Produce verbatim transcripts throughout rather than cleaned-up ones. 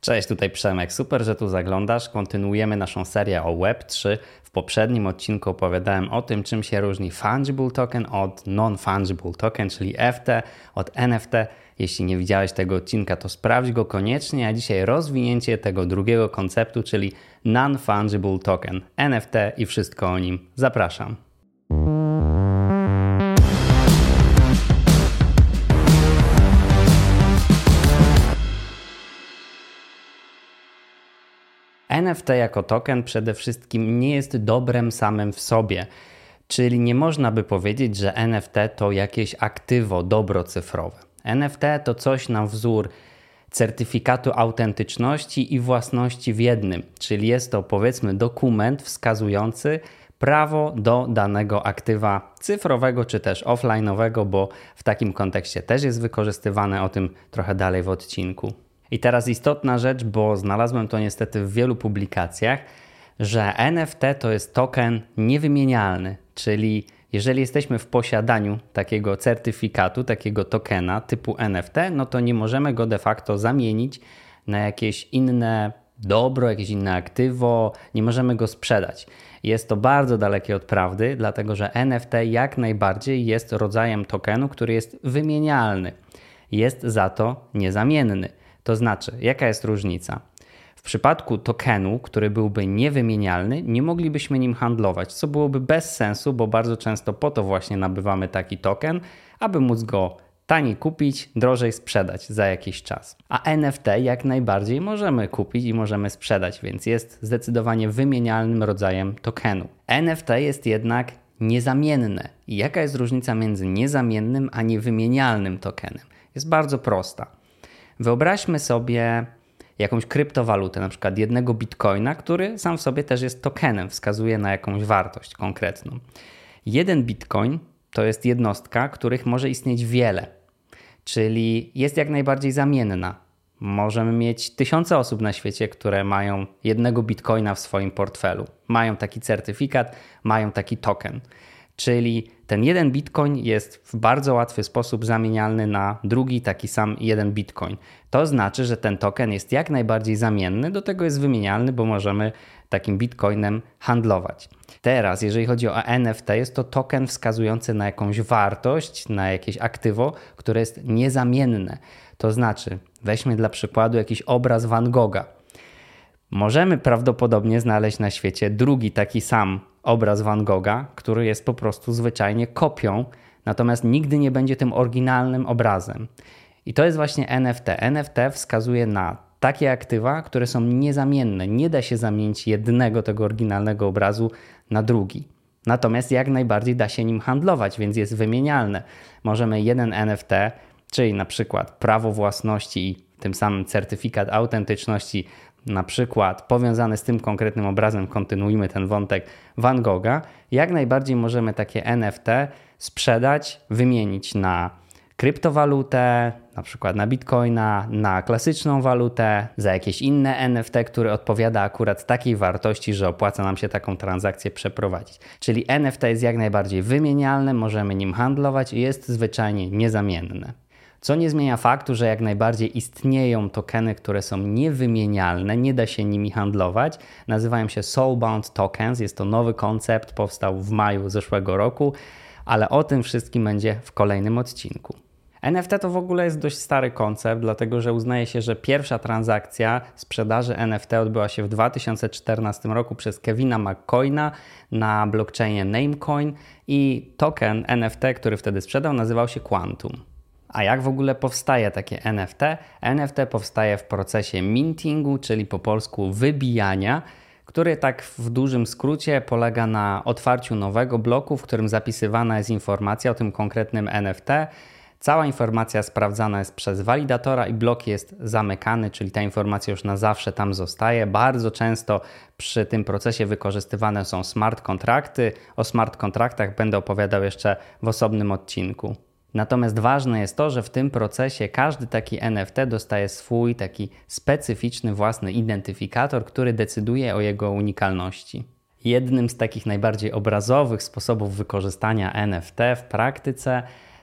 Cześć, tutaj Przemek. Super, że tu zaglądasz. Kontynuujemy naszą serię o web trzy. W poprzednim odcinku opowiadałem o tym, czym się różni Fungible Token od Non-Fungible Token, czyli F T od N F T. Jeśli nie widziałeś tego odcinka, to sprawdź go koniecznie, a dzisiaj rozwinięcie tego drugiego konceptu, czyli Non-Fungible Token, N F T i wszystko o nim. Zapraszam. N F T jako token przede wszystkim nie jest dobrem samym w sobie, czyli nie można by powiedzieć, że N F T to jakieś aktywo, dobro cyfrowe. N F T to coś na wzór certyfikatu autentyczności i własności w jednym, czyli jest to, powiedzmy, dokument wskazujący prawo do danego aktywa cyfrowego czy też offline'owego, bo w takim kontekście też jest wykorzystywane, o tym trochę dalej w odcinku. I teraz istotna rzecz, bo znalazłem to niestety w wielu publikacjach, że N F T to jest token niewymienialny, czyli jeżeli jesteśmy w posiadaniu takiego certyfikatu, takiego tokena typu N F T, no to nie możemy go de facto zamienić na jakieś inne dobro, jakieś inne aktywo, nie możemy go sprzedać. Jest to bardzo dalekie od prawdy, dlatego że N F T jak najbardziej jest rodzajem tokenu, który jest wymienialny, jest za to niezamienny. To znaczy, jaka jest różnica? W przypadku tokenu, który byłby niewymienialny, nie moglibyśmy nim handlować, co byłoby bez sensu, bo bardzo często po to właśnie nabywamy taki token, aby móc go taniej kupić, drożej sprzedać za jakiś czas. A N F T jak najbardziej możemy kupić i możemy sprzedać, więc jest zdecydowanie wymienialnym rodzajem tokenu. N F T jest jednak niezamienne. I jaka jest różnica między niezamiennym a niewymienialnym tokenem? Jest bardzo prosta. Wyobraźmy sobie jakąś kryptowalutę, na przykład jednego bitcoina, który sam w sobie też jest tokenem, wskazuje na jakąś wartość konkretną. Jeden bitcoin to jest jednostka, których może istnieć wiele, czyli jest jak najbardziej zamienna. Możemy mieć tysiące osób na świecie, które mają jednego bitcoina w swoim portfelu. Mają taki certyfikat, mają taki token. Czyli ten jeden bitcoin jest w bardzo łatwy sposób zamienialny na drugi taki sam jeden bitcoin. To znaczy, że ten token jest jak najbardziej zamienny, do tego jest wymienialny, bo możemy takim bitcoinem handlować. Teraz, jeżeli chodzi o N F T, jest to token wskazujący na jakąś wartość, na jakieś aktywo, które jest niezamienne. To znaczy, weźmy dla przykładu jakiś obraz Van Gogha. Możemy prawdopodobnie znaleźć na świecie drugi taki sam obraz Van Gogha, który jest po prostu zwyczajnie kopią, natomiast nigdy nie będzie tym oryginalnym obrazem. I to jest właśnie N F T. N F T wskazuje na takie aktywa, które są niezamienne. Nie da się zamienić jednego tego oryginalnego obrazu na drugi. Natomiast jak najbardziej da się nim handlować, więc jest wymienialne. Możemy jeden N F T, czyli na przykład prawo własności i tym samym certyfikat autentyczności, na przykład powiązany z tym konkretnym obrazem, kontynuujmy ten wątek Van Gogha, jak najbardziej możemy takie N F T sprzedać, wymienić na kryptowalutę, na przykład na bitcoina, na klasyczną walutę, za jakieś inne N F T, które odpowiada akurat takiej wartości, że opłaca nam się taką transakcję przeprowadzić. Czyli N F T jest jak najbardziej wymienialne, możemy nim handlować i jest zwyczajnie niezamienne. Co nie zmienia faktu, że jak najbardziej istnieją tokeny, które są niewymienialne, nie da się nimi handlować. Nazywają się Soulbound Tokens, jest to nowy koncept, powstał w maju zeszłego roku, ale o tym wszystkim będzie w kolejnym odcinku. N F T to w ogóle jest dość stary koncept, dlatego że uznaje się, że pierwsza transakcja sprzedaży N F T odbyła się w dwa tysiące czternastym roku przez Kevina McCoyna na blockchainie Namecoin i token N F T, który wtedy sprzedał, nazywał się Quantum. A jak w ogóle powstaje takie N F T? N F T powstaje w procesie mintingu, czyli po polsku wybijania, który tak w dużym skrócie polega na otwarciu nowego bloku, w którym zapisywana jest informacja o tym konkretnym N F T. Cała informacja sprawdzana jest przez walidatora i blok jest zamykany, czyli ta informacja już na zawsze tam zostaje. Bardzo często przy tym procesie wykorzystywane są smart kontrakty. O smart kontraktach będę opowiadał jeszcze w osobnym odcinku. Natomiast ważne jest to, że w tym procesie każdy taki N F T dostaje swój taki specyficzny własny identyfikator, który decyduje o jego unikalności. Jednym z takich najbardziej obrazowych sposobów wykorzystania N F T w praktyce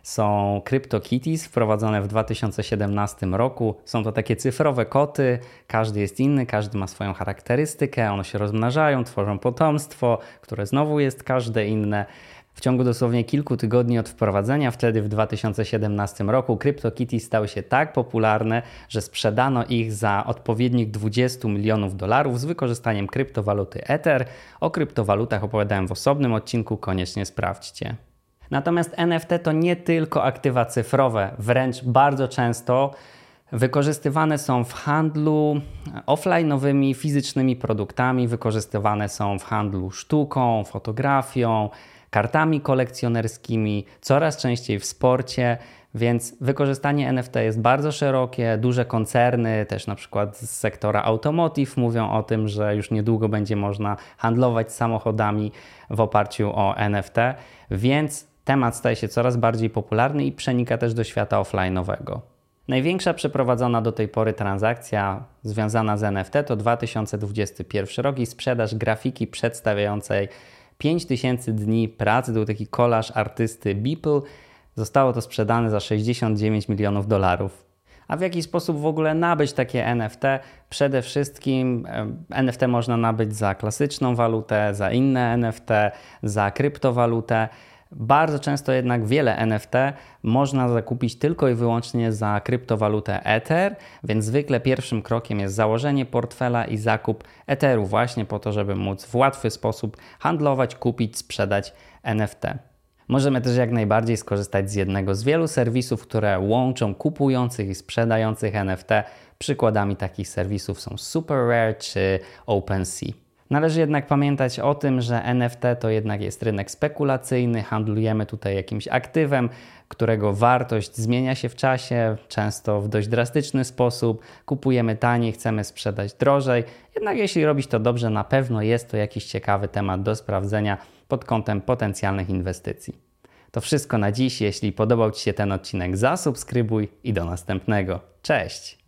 są CryptoKitties wprowadzone w dwa tysiące siedemnastym roku. Są to takie cyfrowe koty, każdy jest inny, każdy ma swoją charakterystykę, one się rozmnażają, tworzą potomstwo, które znowu jest każde inne. W ciągu dosłownie kilku tygodni od wprowadzenia, wtedy w dwa tysiące siedemnastym roku, CryptoKitties stały się tak popularne, że sprzedano ich za odpowiednich dwadzieścia milionów dolarów z wykorzystaniem kryptowaluty Ether. O kryptowalutach opowiadałem w osobnym odcinku, koniecznie sprawdźcie. Natomiast N F T to nie tylko aktywa cyfrowe, wręcz bardzo często wykorzystywane są w handlu offline'owymi, fizycznymi produktami, wykorzystywane są w handlu sztuką, fotografią, kartami kolekcjonerskimi, coraz częściej w sporcie, więc wykorzystanie N F T jest bardzo szerokie. Duże koncerny, też na przykład z sektora automotive, mówią o tym, że już niedługo będzie można handlować samochodami w oparciu o N F T, więc temat staje się coraz bardziej popularny i przenika też do świata offline'owego. Największa przeprowadzona do tej pory transakcja związana z N F T to dwa tysiące dwudziesty pierwszy rok i sprzedaż grafiki przedstawiającej pięć tysięcy dni pracy. Był taki kolaż artysty Beeple. Zostało to sprzedane za sześćdziesiąt dziewięć milionów dolarów. A w jaki sposób w ogóle nabyć takie N F T? Przede wszystkim N F T można nabyć za klasyczną walutę, za inne N F T, za kryptowalutę. Bardzo często jednak wiele N F T można zakupić tylko i wyłącznie za kryptowalutę Ether, więc zwykle pierwszym krokiem jest założenie portfela i zakup Etheru właśnie po to, żeby móc w łatwy sposób handlować, kupić, sprzedać N F T. Możemy też jak najbardziej skorzystać z jednego z wielu serwisów, które łączą kupujących i sprzedających N F T. Przykładami takich serwisów są SuperRare czy OpenSea. Należy jednak pamiętać o tym, że N F T to jednak jest rynek spekulacyjny, handlujemy tutaj jakimś aktywem, którego wartość zmienia się w czasie, często w dość drastyczny sposób. Kupujemy taniej, chcemy sprzedać drożej, jednak jeśli robić to dobrze, na pewno jest to jakiś ciekawy temat do sprawdzenia pod kątem potencjalnych inwestycji. To wszystko na dziś. Jeśli podobał Ci się ten odcinek, zasubskrybuj i do następnego. Cześć!